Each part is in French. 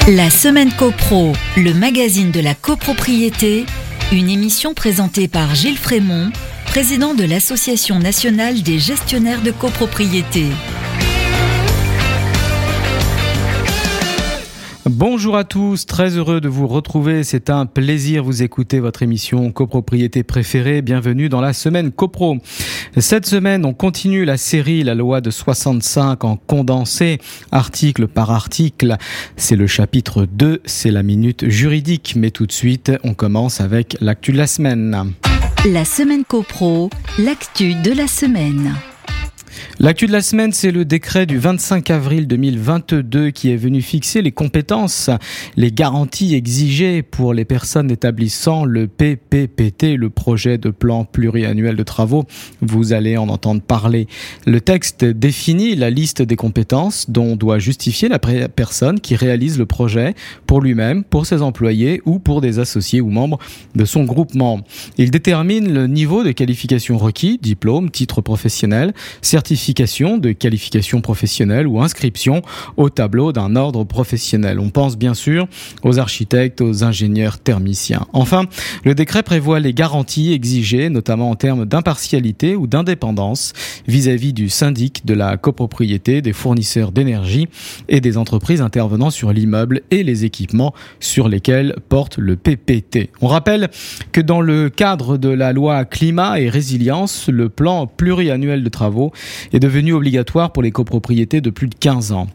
La semaine CoPro, le magazine de la copropriété, une émission présentée par Gilles Frémont, président de l'Association nationale des gestionnaires de copropriété. Bonjour à tous, très heureux de vous retrouver. C'est un plaisir vous écouter votre émission copropriété préférée. Bienvenue dans la semaine CoPro. Cette semaine, on continue la série La loi de 65 en condensé, article par article. C'est le chapitre 2, c'est la minute juridique. Mais tout de suite, on commence avec l'actu de la semaine. La semaine CoPro, l'actu de la semaine. L'actu de la semaine, c'est le décret du 25 avril 2022 qui est venu fixer les compétences, les garanties exigées pour les personnes établissant le PPPT, le projet de plan pluriannuel de travaux. Vous allez en entendre parler. Le texte définit la liste des compétences dont doit justifier la personne qui réalise le projet pour lui-même, pour ses employés ou pour des associés ou membres de son groupement. Il détermine le niveau de qualification requis, diplôme, titre professionnel, certification de qualification professionnelle ou inscription au tableau d'un ordre professionnel. On pense bien sûr aux architectes, aux ingénieurs thermiciens. Enfin, le décret prévoit les garanties exigées, notamment en termes d'impartialité ou d'indépendance vis-à-vis du syndic, de la copropriété, des fournisseurs d'énergie et des entreprises intervenant sur l'immeuble et les équipements sur lesquels porte le PPT. On rappelle que dans le cadre de la loi climat et résilience, le plan pluriannuel de travaux est devenu obligatoire pour les copropriétés de plus de 15 ans.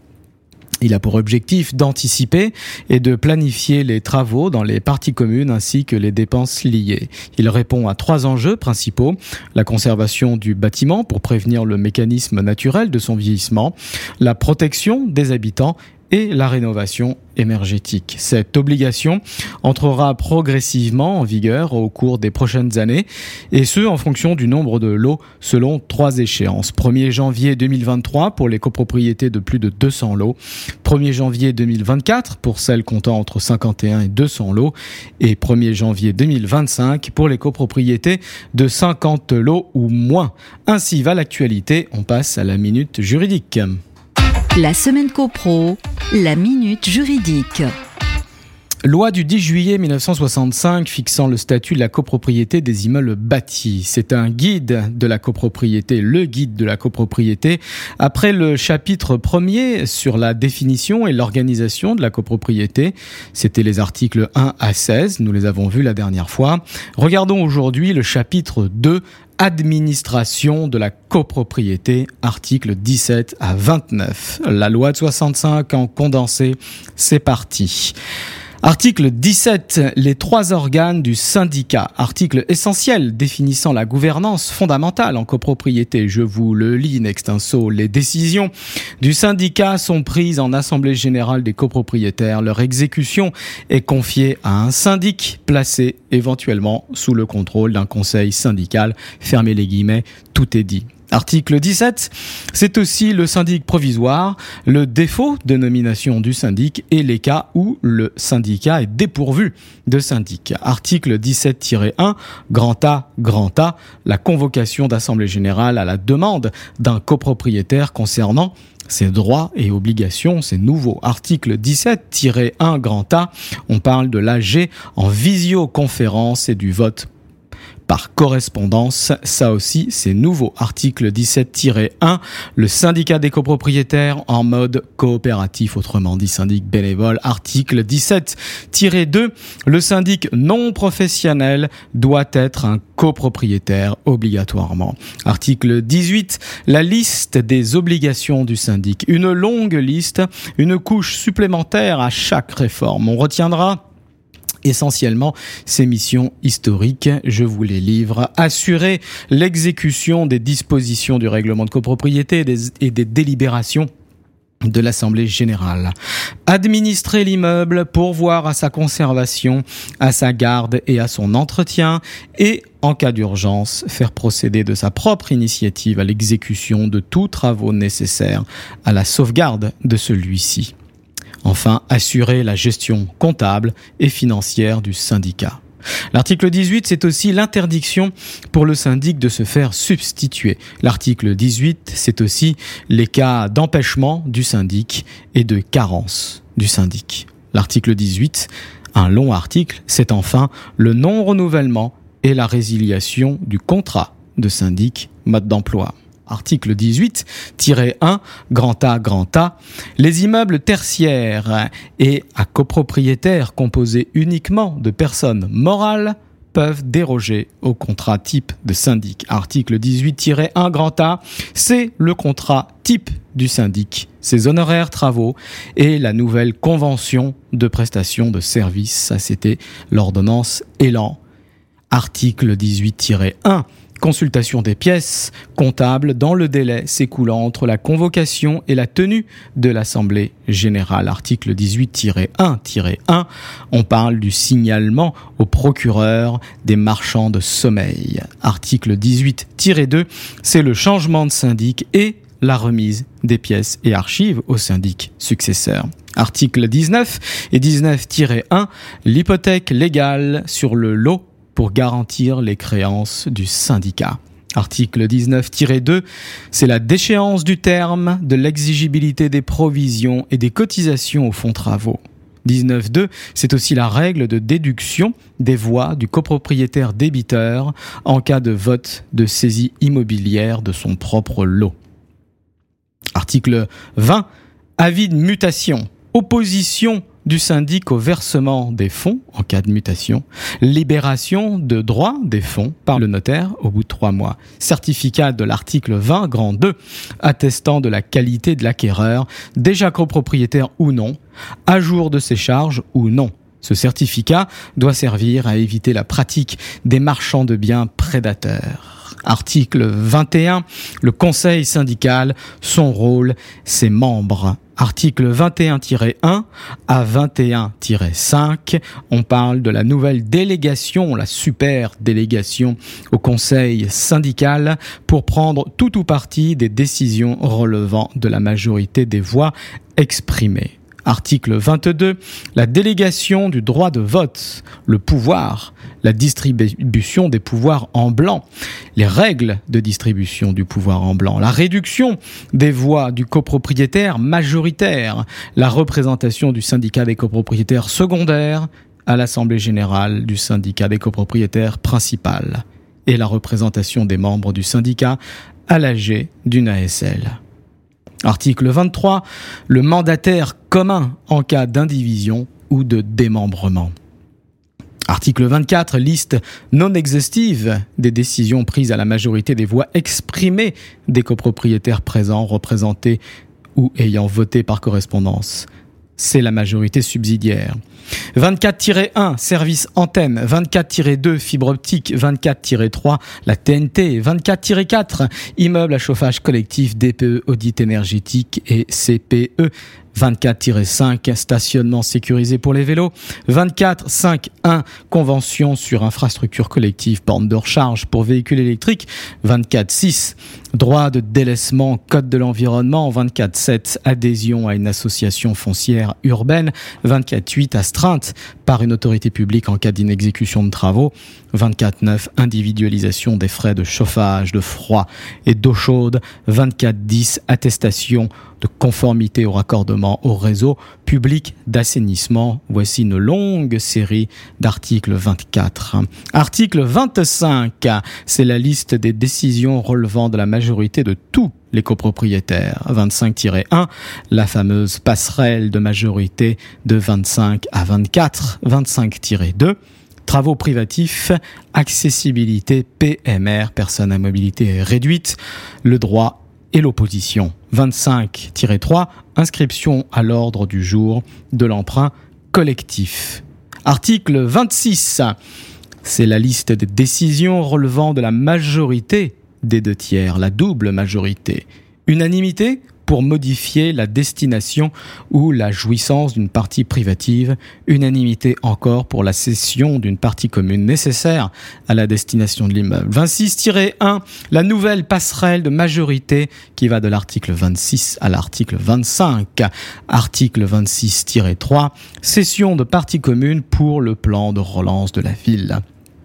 Il a pour objectif d'anticiper et de planifier les travaux dans les parties communes ainsi que les dépenses liées. Il répond à 3 enjeux principaux: la conservation du bâtiment pour prévenir le mécanisme naturel de son vieillissement, la protection des habitants et la rénovation énergétique. Cette obligation entrera progressivement en vigueur au cours des prochaines années, et ce en fonction du nombre de lots selon 3 échéances. 1er janvier 2023 pour les copropriétés de plus de 200 lots, 1er janvier 2024 pour celles comptant entre 51 et 200 lots, et 1er janvier 2025 pour les copropriétés de 50 lots ou moins. Ainsi va l'actualité, on passe à la minute juridique. La semaine CoPro, la minute juridique. Loi du 10 juillet 1965 fixant le statut de la copropriété des immeubles bâtis. C'est un guide de la copropriété, le guide de la copropriété. Après le chapitre 1er sur la définition et l'organisation de la copropriété, c'était les articles 1 à 16, nous les avons vus la dernière fois. Regardons aujourd'hui le chapitre 2, administration de la copropriété, articles 17 à 29. La loi de 65 en condensé, c'est parti. Article 17, les 3 organes du syndicat. Article essentiel définissant la gouvernance fondamentale en copropriété. Je vous le lis in extenso. Les décisions du syndicat sont prises en assemblée générale des copropriétaires. Leur exécution est confiée à un syndic placé éventuellement sous le contrôle d'un conseil syndical. Fermez les guillemets, tout est dit. Article 17, c'est aussi le syndic provisoire, le défaut de nomination du syndic et les cas où le syndicat est dépourvu de syndic. Article 17-1, grand A, la convocation d'assemblée générale à la demande d'un copropriétaire concernant ses droits et obligations, c'est nouveau. Article 17-1, grand A, on parle de l'AG en visioconférence et du vote par correspondance, ça aussi c'est nouveau. Article 17-1, le syndicat des copropriétaires en mode coopératif, autrement dit syndic bénévole. Article 17-2, le syndic non professionnel doit être un copropriétaire obligatoirement. Article 18, la liste des obligations du syndic. Une longue liste, une couche supplémentaire à chaque réforme. On retiendra essentiellement ces missions historiques, je vous les livre. Assurer l'exécution des dispositions du règlement de copropriété et des délibérations de l'Assemblée générale. Administrer l'immeuble, pourvoir à sa conservation, à sa garde et à son entretien, et en cas d'urgence, faire procéder de sa propre initiative à l'exécution de tous travaux nécessaires à la sauvegarde de celui-ci. Enfin, assurer la gestion comptable et financière du syndicat. L'article 18, c'est aussi l'interdiction pour le syndic de se faire substituer. L'article 18, c'est aussi les cas d'empêchement du syndic et de carence du syndic. L'article 18, un long article, c'est enfin le non-renouvellement et la résiliation du contrat de syndic mode d'emploi. Article 18-1, grand A, les immeubles tertiaires et à copropriétaires composés uniquement de personnes morales peuvent déroger au contrat type de syndic. Article 18-1, grand A, c'est le contrat type du syndic, ses honoraires travaux et la nouvelle convention de prestation de services. Ça, c'était l'ordonnance Elan. Article 18-1, consultation des pièces comptables dans le délai s'écoulant entre la convocation et la tenue de l'Assemblée générale. Article 18-1-1, on parle du signalement au procureur des marchands de sommeil. Article 18-2, c'est le changement de syndic et la remise des pièces et archives au syndic successeur. Article 19 et 19-1, l'hypothèque légale sur le lot pour garantir les créances du syndicat. Article 19-2, c'est la déchéance du terme de l'exigibilité des provisions et des cotisations au fonds travaux. 19.2, c'est aussi la règle de déduction des voix du copropriétaire débiteur en cas de vote de saisie immobilière de son propre lot. Article 20, avis de mutation, opposition du syndic au versement des fonds en cas de mutation, libération de droit des fonds par le notaire au bout de 3 mois, certificat de l'article 20, grand 2, attestant de la qualité de l'acquéreur, déjà copropriétaire ou non, à jour de ses charges ou non. Ce certificat doit servir à éviter la pratique des marchands de biens prédateurs. Article 21, le conseil syndical, son rôle, ses membres. Article 21-1 à 21-5, on parle de la nouvelle délégation, la super délégation au conseil syndical pour prendre tout ou partie des décisions relevant de la majorité des voix exprimées. Article 22, la délégation du droit de vote, le pouvoir, la distribution des pouvoirs en blanc, les règles de distribution du pouvoir en blanc, la réduction des voix du copropriétaire majoritaire, la représentation du syndicat des copropriétaires secondaires à l'Assemblée générale du syndicat des copropriétaires principal et la représentation des membres du syndicat à l'AG d'une ASL. Article 23, le mandataire commun en cas d'indivision ou de démembrement. Article 24, liste non exhaustive des décisions prises à la majorité des voix exprimées des copropriétaires présents, représentés ou ayant voté par correspondance. C'est la majorité subsidiaire. 24-1, service antenne. 24-2, fibre optique. 24-3, la TNT. 24-4, immeuble à chauffage collectif, DPE, audit énergétique et CPE. 24-5, stationnement sécurisé pour les vélos. 24-5-1, convention sur infrastructure collective, borne de recharge pour véhicules électriques. 24-6, droit de délaissement, code de l'environnement. 24-7, adhésion à une association foncière urbaine. 24-8, astreinte par une autorité publique en cas d'inexécution de travaux. 24-9, individualisation des frais de chauffage, de froid et d'eau chaude. 24-10, attestation de conformité au raccordement au réseau public d'assainissement. Voici une longue série d'articles 24. Article 25, c'est la liste des décisions relevant de la majorité de tous les copropriétaires. 25-1, la fameuse passerelle de majorité de 25 à 24. 25-2, travaux privatifs, accessibilité PMR, personnes à mobilité réduite, le droit et l'opposition. 25-3, inscription à l'ordre du jour de l'emprunt collectif. Article 26, c'est la liste des décisions relevant de la majorité des 2/3, la double majorité. Unanimité pour modifier la destination ou la jouissance d'une partie privative. Unanimité encore pour la cession d'une partie commune nécessaire à la destination de l'immeuble. 26-1, la nouvelle passerelle de majorité qui va de l'article 26 à l'article 25. Article 26-3, cession de partie commune pour le plan de relance de la ville.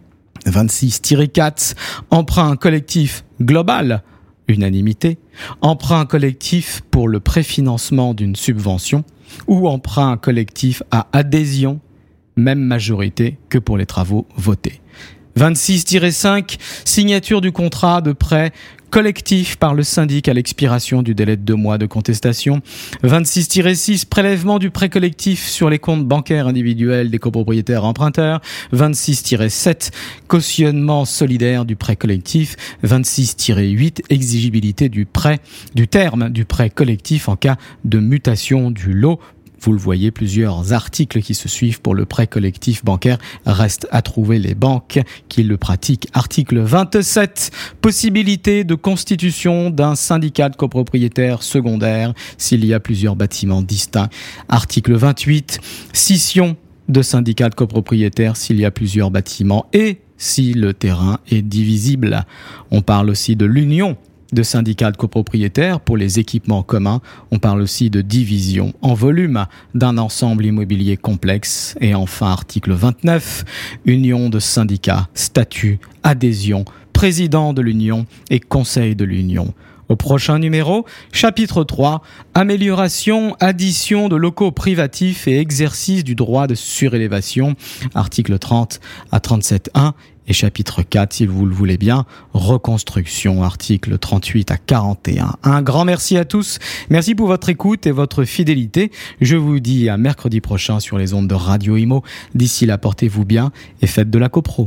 26-4, emprunt collectif global. Unanimité. Emprunt collectif pour le préfinancement d'une subvention. ou emprunt collectif à adhésion, même majorité que pour les travaux votés. 26-5, signature du contrat de prêt collectif par le syndic à l'expiration du délai de 2 mois de contestation. 26-6, prélèvement du prêt collectif sur les comptes bancaires individuels des copropriétaires emprunteurs. 26-7, cautionnement solidaire du prêt collectif. 26-8, exigibilité du terme du prêt collectif en cas de mutation du lot. Vous le voyez, plusieurs articles qui se suivent pour le prêt collectif bancaire. Reste à trouver les banques qui le pratiquent. Article 27, possibilité de constitution d'un syndicat de copropriétaires secondaires s'il y a plusieurs bâtiments distincts. Article 28, scission de syndicats de copropriétaires s'il y a plusieurs bâtiments et si le terrain est divisible. On parle aussi de l'union de syndicats de copropriétaires pour les équipements communs. On parle aussi de division en volume d'un ensemble immobilier complexe. Et enfin, article 29, union de syndicats, statut, adhésion, président de l'union et conseil de l'union. Au prochain numéro, chapitre 3, amélioration, addition de locaux privatifs et exercice du droit de surélévation, article 30 à 37.1. Et chapitre 4, si vous le voulez bien, reconstruction, article 38 à 41. Un grand merci à tous. Merci pour votre écoute et votre fidélité. Je vous dis à mercredi prochain sur les ondes de Radio Imo. D'ici là, portez-vous bien et faites de la copro.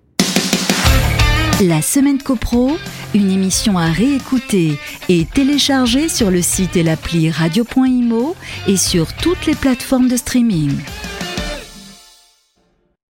La Semaine Copro, une émission à réécouter et télécharger sur le site et l'appli radio.imo et sur toutes les plateformes de streaming.